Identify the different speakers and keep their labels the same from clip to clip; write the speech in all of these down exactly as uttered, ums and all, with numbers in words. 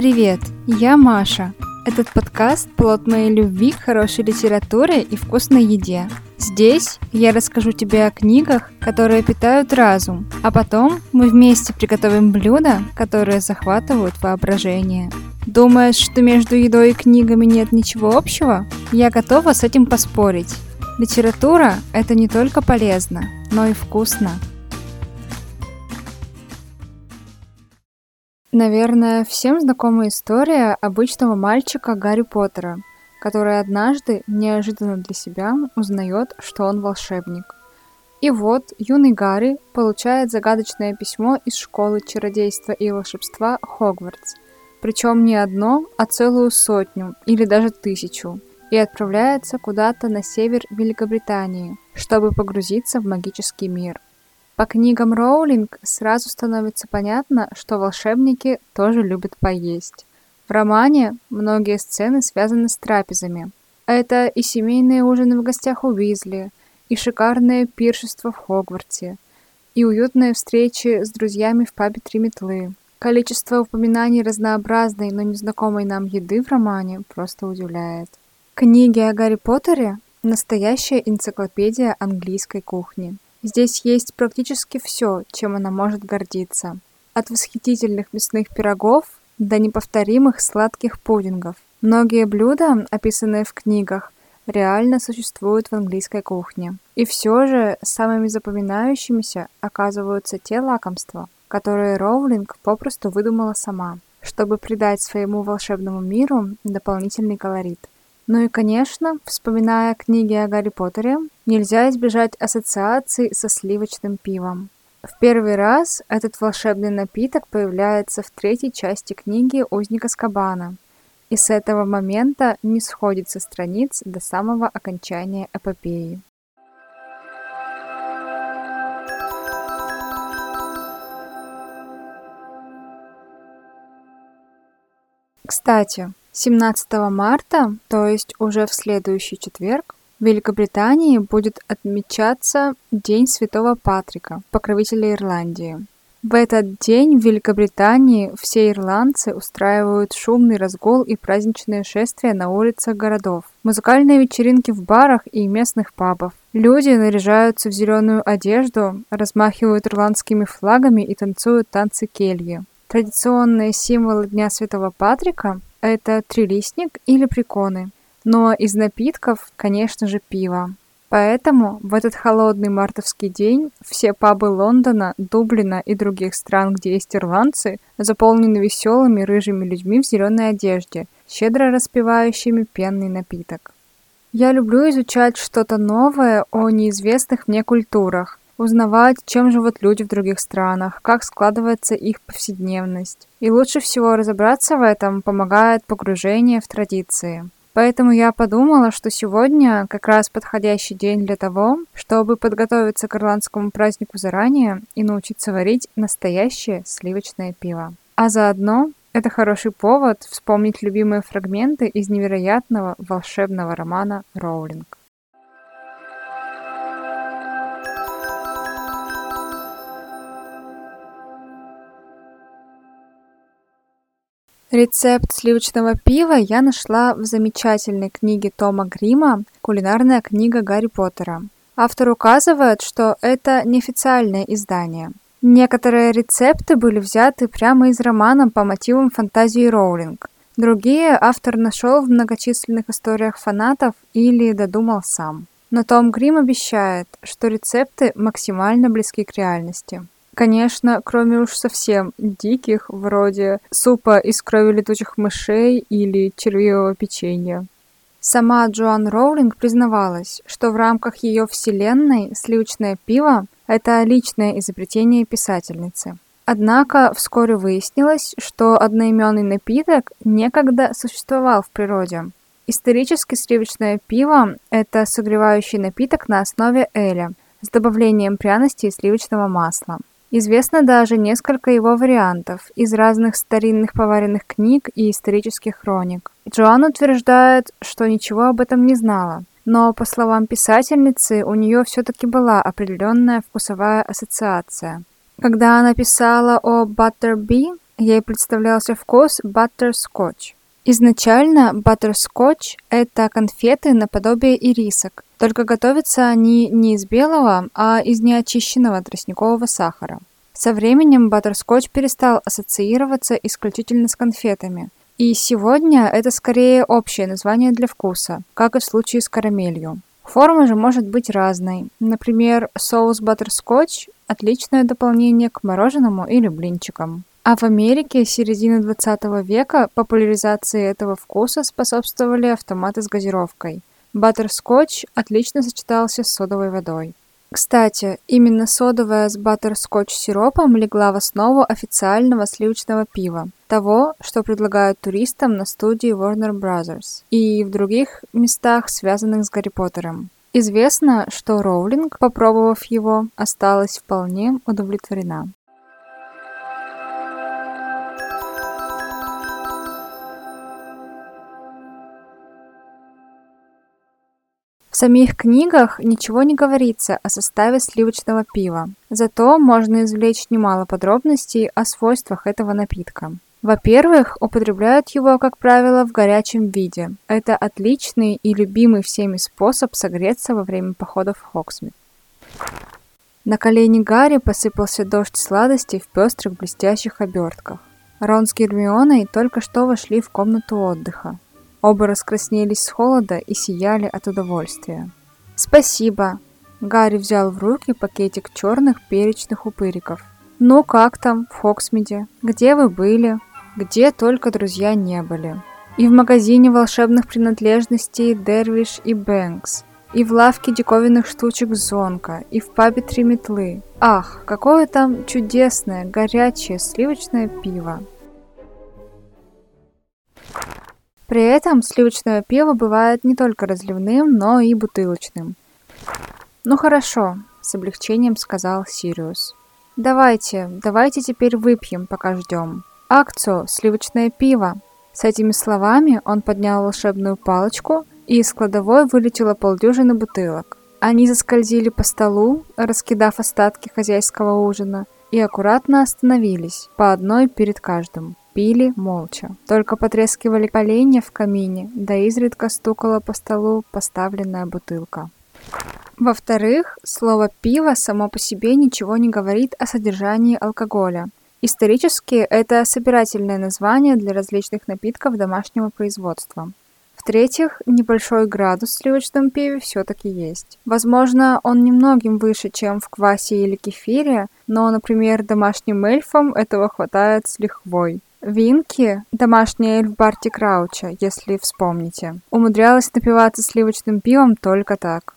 Speaker 1: Привет, я Маша. Этот подкаст – плод моей любви к хорошей литературе и вкусной еде. Здесь я расскажу тебе о книгах, которые питают разум, а потом мы вместе приготовим блюда, которые захватывают воображение. Думаешь, что между едой и книгами нет ничего общего? Я готова с этим поспорить. Литература – это не только полезно, но и вкусно. Наверное, всем знакома история обычного мальчика Гарри Поттера, который однажды неожиданно для себя узнает, что он волшебник. И вот юный Гарри получает загадочное письмо из школы чародейства и волшебства Хогвартс, причем не одно, а целую сотню или даже тысячу, и отправляется куда-то на север Великобритании, чтобы погрузиться в магический мир. По книгам Роулинг сразу становится понятно, что волшебники тоже любят поесть. В романе многие сцены связаны с трапезами. Это и семейные ужины в гостях у Уизли, и шикарные пиршества в Хогвартсе, и уютные встречи с друзьями в пабе «Три метлы». Количество упоминаний разнообразной, но незнакомой нам еды в романе просто удивляет. Книги о Гарри Поттере – настоящая энциклопедия английской кухни. Здесь есть практически все, чем она может гордиться. От восхитительных мясных пирогов до неповторимых сладких пудингов. Многие блюда, описанные в книгах, реально существуют в английской кухне. И все же самыми запоминающимися оказываются те лакомства, которые Роулинг попросту выдумала сама, чтобы придать своему волшебному миру дополнительный колорит. Ну и, конечно, вспоминая книги о Гарри Поттере, нельзя избежать ассоциаций со сливочным пивом. В первый раз этот волшебный напиток появляется в третьей части книги «Узник Азкабана», и с этого момента не сходит со страниц до самого окончания эпопеи. Кстати, семнадцатого марта, то есть уже в следующий четверг, в Великобритании будет отмечаться День Святого Патрика, покровителя Ирландии. В этот день в Великобритании все ирландцы устраивают шумный разгул и праздничные шествия на улицах городов, музыкальные вечеринки в барах и местных пабах. Люди наряжаются в зеленую одежду, размахивают ирландскими флагами и танцуют танцы кельи. Традиционные символы Дня Святого Патрика – это трилистник или приконы, но из напитков, конечно же, пиво. Поэтому в этот холодный мартовский день все пабы Лондона, Дублина и других стран, где есть ирландцы, заполнены веселыми рыжими людьми в зеленой одежде, щедро распивающими пенный напиток. Я люблю изучать что-то новое о неизвестных мне культурах, узнавать, чем живут люди в других странах, как складывается их повседневность. И лучше всего разобраться в этом помогает погружение в традиции. Поэтому я подумала, что сегодня как раз подходящий день для того, чтобы подготовиться к ирландскому празднику заранее и научиться варить настоящее сливочное пиво. А заодно это хороший повод вспомнить любимые фрагменты из невероятного волшебного романа Роулинг. Рецепт сливочного пива я нашла в замечательной книге Тома Гримма «Кулинарная книга Гарри Поттера». Автор указывает, что это неофициальное издание. Некоторые рецепты были взяты прямо из романа по мотивам фантазии Роулинг. Другие автор нашел в многочисленных историях фанатов или додумал сам. Но Том Грим обещает, что рецепты максимально близки к реальности. Конечно, кроме уж совсем диких, вроде супа из крови летучих мышей или червивого печенья. Сама Джоан Роулинг признавалась, что в рамках ее вселенной сливочное пиво – это личное изобретение писательницы. Однако вскоре выяснилось, что одноименный напиток некогда существовал в природе. Исторически сливочное пиво – это согревающий напиток на основе эля с добавлением пряностей и сливочного масла. Известно даже несколько его вариантов из разных старинных поваренных книг и исторических хроник. Джоан утверждает, что ничего об этом не знала, но, по словам писательницы, у нее все-таки была определенная вкусовая ассоциация. Когда она писала о Баттерби, ей представлялся вкус баттерскотч. Изначально баттерскотч – это конфеты наподобие ирисок, только готовятся они не из белого, а из неочищенного тростникового сахара. Со временем баттерскотч перестал ассоциироваться исключительно с конфетами, и сегодня это скорее общее название для вкуса, как и в случае с карамелью. Форма же может быть разной. Например, соус баттерскотч – отличное дополнение к мороженому или блинчикам. А в Америке с середины двадцатого века популяризации этого вкуса способствовали автоматы с газировкой. Баттерскотч отлично сочетался с содовой водой. Кстати, именно содовая с баттерскотч-сиропом легла в основу официального сливочного пива, того, что предлагают туристам на студии Warner Brothers и в других местах, связанных с Гарри Поттером. Известно, что Роулинг, попробовав его, осталась вполне удовлетворена. В самих книгах ничего не говорится о составе сливочного пива, зато можно извлечь немало подробностей о свойствах этого напитка. Во-первых, употребляют его, как правило, в горячем виде. Это отличный и любимый всеми способ согреться во время похода в Хогсмит. На колени Гарри посыпался дождь сладостей в пестрых блестящих обертках. Рон с Гермионой только что вошли в комнату отдыха. Оба раскраснелись с холода и сияли от удовольствия. «Спасибо!» Гарри взял в руки пакетик черных перечных упыриков. «Ну как там, в Хогсмиде? Где вы были?» «Где только друзья не были. И в магазине волшебных принадлежностей Дервиш и Бэнкс, и в лавке диковинных штучек Зонка, и в пабе Три метлы. Ах, какое там чудесное, горячее сливочное пиво!» При этом сливочное пиво бывает не только разливным, но и бутылочным. «Ну хорошо», — с облегчением сказал Сириус. «Давайте, давайте теперь выпьем, пока ждем. Акцию, сливочное пиво». С этими словами он поднял волшебную палочку, и из кладовой вылетело полдюжины бутылок. Они заскользили по столу, раскидав остатки хозяйского ужина, и аккуратно остановились, по одной перед каждым. Пили молча. Только потрескивали поленья в камине, да изредка стукала по столу поставленная бутылка. Во-вторых, слово «пиво» само по себе ничего не говорит о содержании алкоголя. Исторически это собирательное название для различных напитков домашнего производства. В-третьих, небольшой градус в сливочном пиве все-таки есть. Возможно, он немногим выше, чем в квасе или кефире, но, например, домашним эльфам этого хватает с лихвой. Винки, домашняя эльф Барти Крауча, если вспомните, умудрялась напиваться сливочным пивом только так.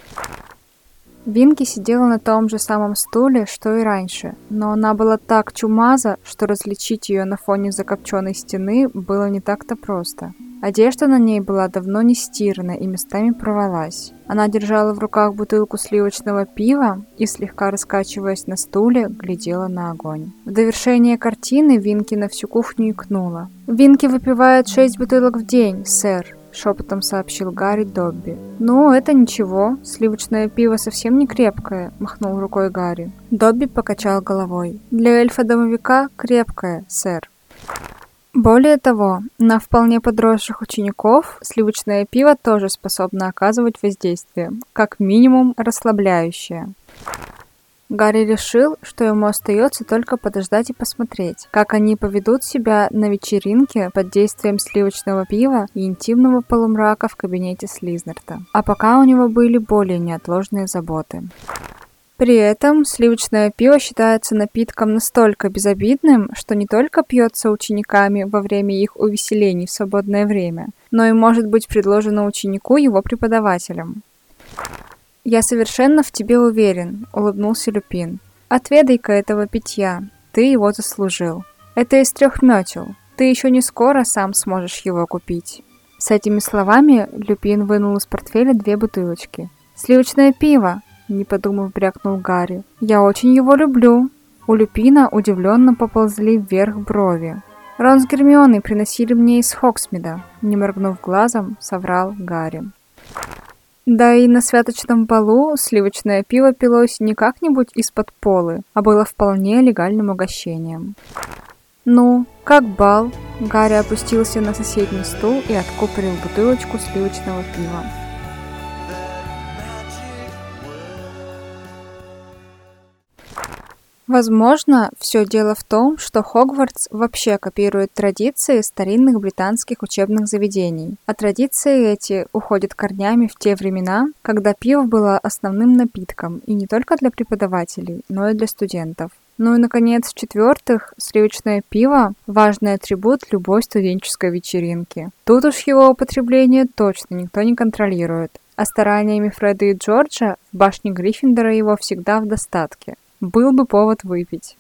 Speaker 1: Винки сидела на том же самом стуле, что и раньше, но она была так чумаза, что различить ее на фоне закопченной стены было не так-то просто. Одежда на ней была давно не стирана и местами порвалась. Она держала в руках бутылку сливочного пива и, слегка раскачиваясь на стуле, глядела на огонь. В довершение картины Винки на всю кухню икнула. «Винки выпивает шесть бутылок в день, сэр», — шепотом сообщил Гарри Добби. «Ну, это ничего, сливочное пиво совсем не крепкое», — махнул рукой Гарри. Добби покачал головой. «Для эльфа-домовика крепкое, сэр». Более того, на вполне подросших учеников сливочное пиво тоже способно оказывать воздействие, как минимум расслабляющее. Гарри решил, что ему остается только подождать и посмотреть, как они поведут себя на вечеринке под действием сливочного пива и интимного полумрака в кабинете Слизнерта. А пока у него были более неотложные заботы. При этом сливочное пиво считается напитком настолько безобидным, что не только пьется учениками во время их увеселений в свободное время, но и может быть предложено ученику его преподавателям. «Я совершенно в тебе уверен», — улыбнулся Люпин. «Отведай-ка этого питья, ты его заслужил. Это из трех метел, ты еще не скоро сам сможешь его купить». С этими словами Люпин вынул из портфеля две бутылочки. «Сливочное пиво!» — не подумав, брякнул Гарри. «Я очень его люблю». У Люпина удивленно поползли вверх брови. «Рон с Гермионой приносили мне из Хогсмида», — не моргнув глазом, соврал Гарри. Да и на святочном балу сливочное пиво пилось не как-нибудь из-под полы, а было вполне легальным угощением. «Ну, как бал?» Гарри опустился на соседний стул и откупорил бутылочку сливочного пива. Возможно, все дело в том, что Хогвартс вообще копирует традиции старинных британских учебных заведений, а традиции эти уходят корнями в те времена, когда пиво было основным напитком и не только для преподавателей, но и для студентов. Ну и, наконец, в-четвертых, сливочное пиво – важный атрибут любой студенческой вечеринки. Тут уж его употребление точно никто не контролирует, а стараниями Фреда и Джорджа в башне Гриффиндора его всегда в достатке. Был бы повод выпить.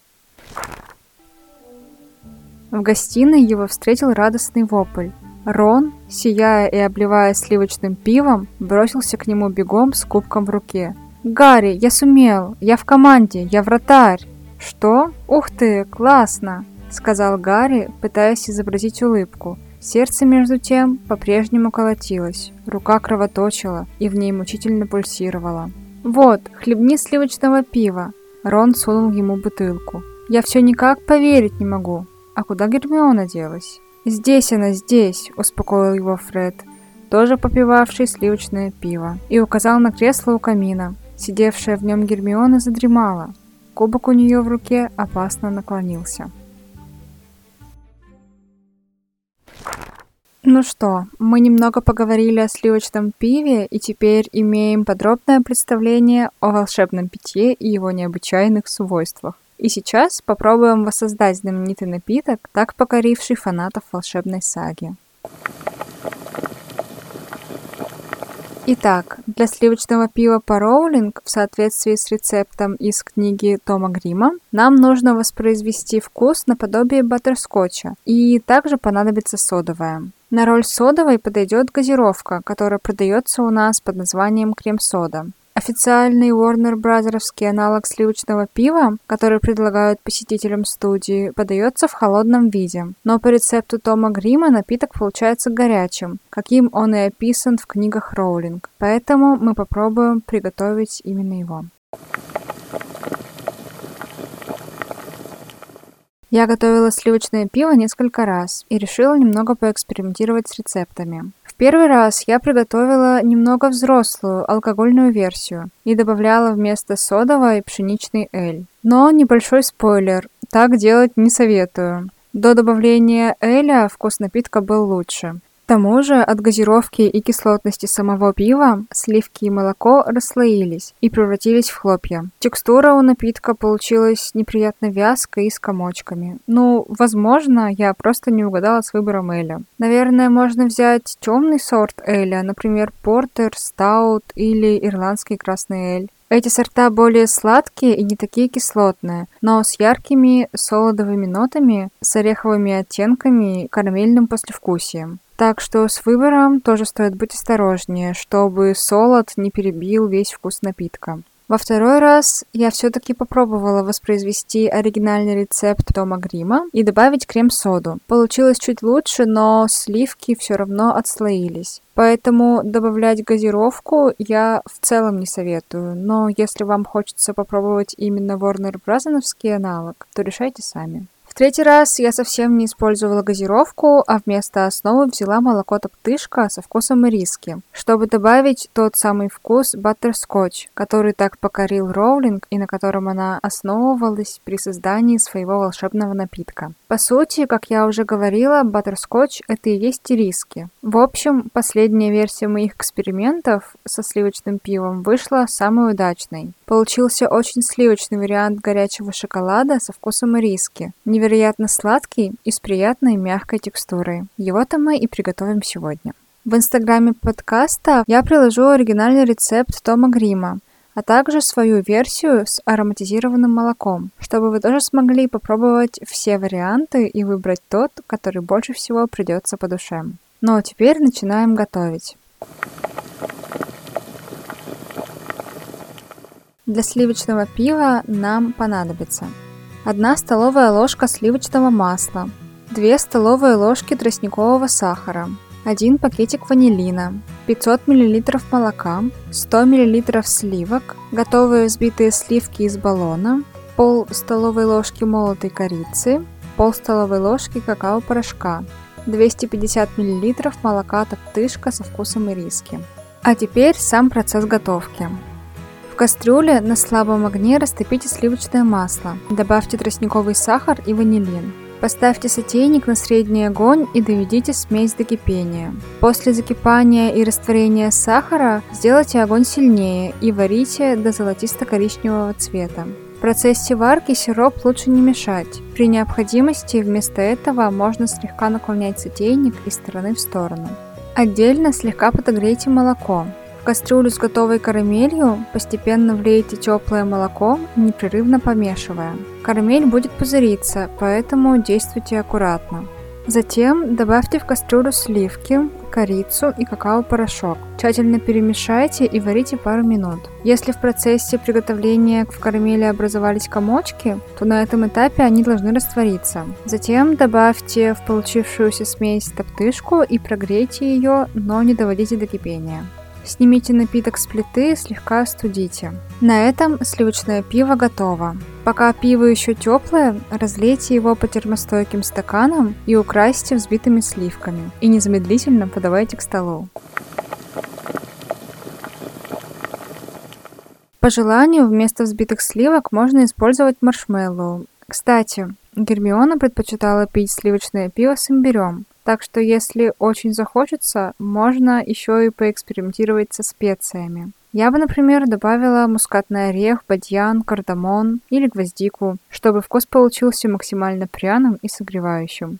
Speaker 1: В гостиной его встретил радостный вопль. Рон, сияя и обливаясь сливочным пивом, бросился к нему бегом с кубком в руке. «Гарри, я сумел! Я в команде! Я вратарь!» «Что? Ух ты, классно!» — сказал Гарри, пытаясь изобразить улыбку. Сердце, между тем, по-прежнему колотилось, рука кровоточила и в ней мучительно пульсировала. «Вот, хлебни сливочного пива!» Рон сунул ему бутылку. «Я все никак поверить не могу. А куда Гермиона делась?» «Здесь она, здесь!» — успокоил его Фред, тоже попивавший сливочное пиво, и указал на кресло у камина. Сидевшая в нем Гермиона задремала. Кубок у нее в руке опасно наклонился. Ну что, мы немного поговорили о сливочном пиве и теперь имеем подробное представление о волшебном питье и его необычайных свойствах. И сейчас попробуем воссоздать знаменитый напиток, так покоривший фанатов волшебной саги. Итак, для сливочного пива по Роулинг в соответствии с рецептом из книги Тома Гримма нам нужно воспроизвести вкус наподобие баттерскотча, и также понадобится содовая. На роль содовой подойдет газировка, которая продается у нас под названием крем-сода. Официальный Warner Bros.-овский аналог сливочного пива, который предлагают посетителям студии, подается в холодном виде. Но по рецепту Тома Гримма напиток получается горячим, каким он и описан в книгах Роулинг. Поэтому мы попробуем приготовить именно его. Я готовила сливочное пиво несколько раз и решила немного поэкспериментировать с рецептами. В первый раз я приготовила немного взрослую алкогольную версию и добавляла вместо содовой пшеничный эль. Но небольшой спойлер, так делать не советую. До добавления эля вкус напитка был лучше. К тому же от газировки и кислотности самого пива сливки и молоко расслоились и превратились в хлопья. Текстура у напитка получилась неприятно вязкой и с комочками. Ну, возможно, я просто не угадала с выбором эля. Наверное, можно взять темный сорт эля, например, портер, стаут или ирландский красный эль. Эти сорта более сладкие и не такие кислотные, но с яркими солодовыми нотами, с ореховыми оттенками и карамельным послевкусием. Так что с выбором тоже стоит быть осторожнее, чтобы солод не перебил весь вкус напитка. Во второй раз я все-таки попробовала воспроизвести оригинальный рецепт Тома Гримма и добавить крем-соду. Получилось чуть лучше, но сливки все равно отслоились. Поэтому добавлять газировку я в целом не советую, но если вам хочется попробовать именно Warner Bros.-овский аналог, то решайте сами. В третий раз я совсем не использовала газировку, а вместо основы взяла молоко топтышка со вкусом ириски, чтобы добавить тот самый вкус баттерскотч, который так покорил Роулинг и на котором она основывалась при создании своего волшебного напитка. По сути, как я уже говорила, баттерскотч — это и есть ириски. В общем, последняя версия моих экспериментов со сливочным пивом вышла самой удачной. Получился очень сливочный вариант горячего шоколада со вкусом ириски. Невероятно сладкий и с приятной мягкой текстурой. Его-то мы и приготовим сегодня. В инстаграме подкаста я приложу оригинальный рецепт Тома Гримма, а также свою версию с ароматизированным молоком, чтобы вы тоже смогли попробовать все варианты и выбрать тот, который больше всего придется по душе. Ну а теперь начинаем готовить. Для сливочного пива нам понадобится одна столовая ложка сливочного масла, две столовые ложки тростникового сахара, один пакетик ванилина, пятьсот миллилитров молока, сто миллилитров сливок, готовые взбитые сливки из баллона, пол столовой ложки молотой корицы, пол столовой ложки какао-порошка, двести пятьдесят миллилитров молока топтышка со вкусом ириски. А теперь сам процесс готовки. В кастрюле на слабом огне растопите сливочное масло, добавьте тростниковый сахар и ванилин. Поставьте сотейник на средний огонь и доведите смесь до кипения. После закипания и растворения сахара сделайте огонь сильнее и варите до золотисто-коричневого цвета. В процессе варки сироп лучше не мешать. При необходимости вместо этого можно слегка наклонять сотейник из стороны в сторону. Отдельно слегка подогрейте молоко. В кастрюлю с готовой карамелью постепенно влейте теплое молоко, непрерывно помешивая. Карамель будет пузыриться, поэтому действуйте аккуратно. Затем добавьте в кастрюлю сливки, корицу и какао-порошок. Тщательно перемешайте и варите пару минут. Если в процессе приготовления в карамели образовались комочки, то на этом этапе они должны раствориться. Затем добавьте в получившуюся смесь топтышку и прогрейте ее, но не доводите до кипения. Снимите напиток с плиты и слегка остудите. На этом сливочное пиво готово. Пока пиво еще теплое, разлейте его по термостойким стаканам и украсьте взбитыми сливками. И незамедлительно подавайте к столу. По желанию, вместо взбитых сливок можно использовать маршмеллоу. Кстати, Гермиона предпочитала пить сливочное пиво с имбирем. Так что, если очень захочется, можно еще и поэкспериментировать со специями. Я бы, например, добавила мускатный орех, бадьян, кардамон или гвоздику, чтобы вкус получился максимально пряным и согревающим.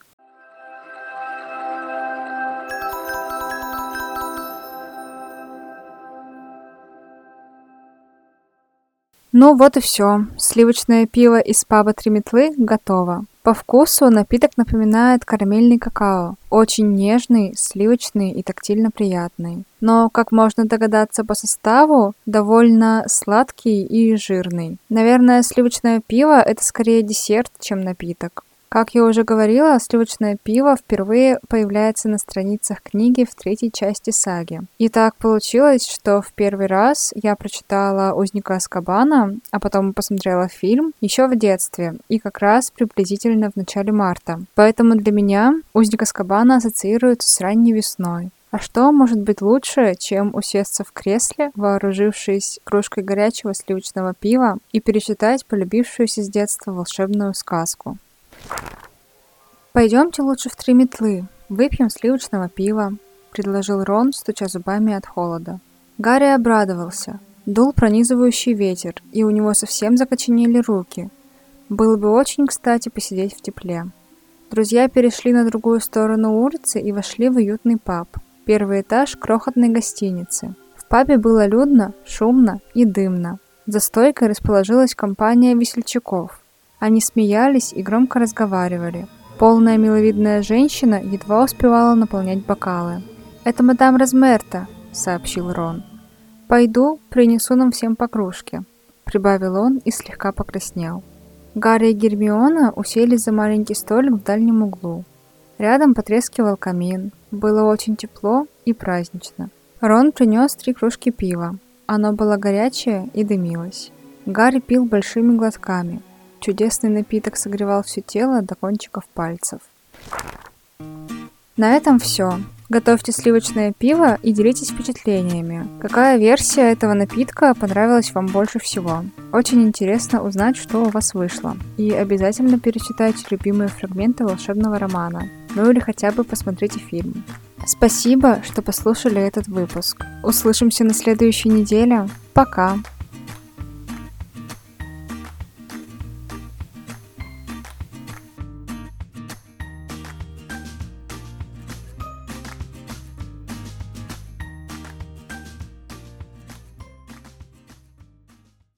Speaker 1: Ну вот и все. Сливочное пиво из паба «Три метлы» готово. По вкусу напиток напоминает карамельный какао. Очень нежный, сливочный и тактильно приятный. Но, как можно догадаться по составу, довольно сладкий и жирный. Наверное, сливочное пиво – это скорее десерт, чем напиток. Как я уже говорила, сливочное пиво впервые появляется на страницах книги в третьей части саги. И так получилось, что в первый раз я прочитала «Узника Азкабана», а потом посмотрела фильм еще в детстве, и как раз приблизительно в начале марта. Поэтому для меня «Узник Азкабана» ассоциируется с ранней весной. А что может быть лучше, чем усесться в кресле, вооружившись кружкой горячего сливочного пива, и перечитать полюбившуюся с детства волшебную сказку? «Пойдемте лучше в «Три метлы», выпьем сливочного пива», — предложил Рон, стуча зубами от холода. Гарри обрадовался. Дул пронизывающий ветер, и у него совсем закоченели руки. Было бы очень кстати посидеть в тепле. Друзья перешли на другую сторону улицы и вошли в уютный паб. Первый этаж крохотной гостиницы. В пабе было людно, шумно и дымно. За стойкой расположилась компания весельчаков. Они смеялись и громко разговаривали. Полная миловидная женщина едва успевала наполнять бокалы. «Это мадам Розмерта», — сообщил Рон. «Пойду, принесу нам всем по кружке», — прибавил он и слегка покраснел. Гарри и Гермиона уселись за маленький столик в дальнем углу. Рядом потрескивал камин. Было очень тепло и празднично. Рон принес три кружки пива. Оно было горячее и дымилось. Гарри пил большими глотками. Чудесный напиток согревал все тело до кончиков пальцев. На этом все. Готовьте сливочное пиво и делитесь впечатлениями. Какая версия этого напитка понравилась вам больше всего? Очень интересно узнать, что у вас вышло. И обязательно перечитайте любимые фрагменты волшебного романа. Ну или хотя бы посмотрите фильм. Спасибо, что послушали этот выпуск. Услышимся на следующей неделе. Пока!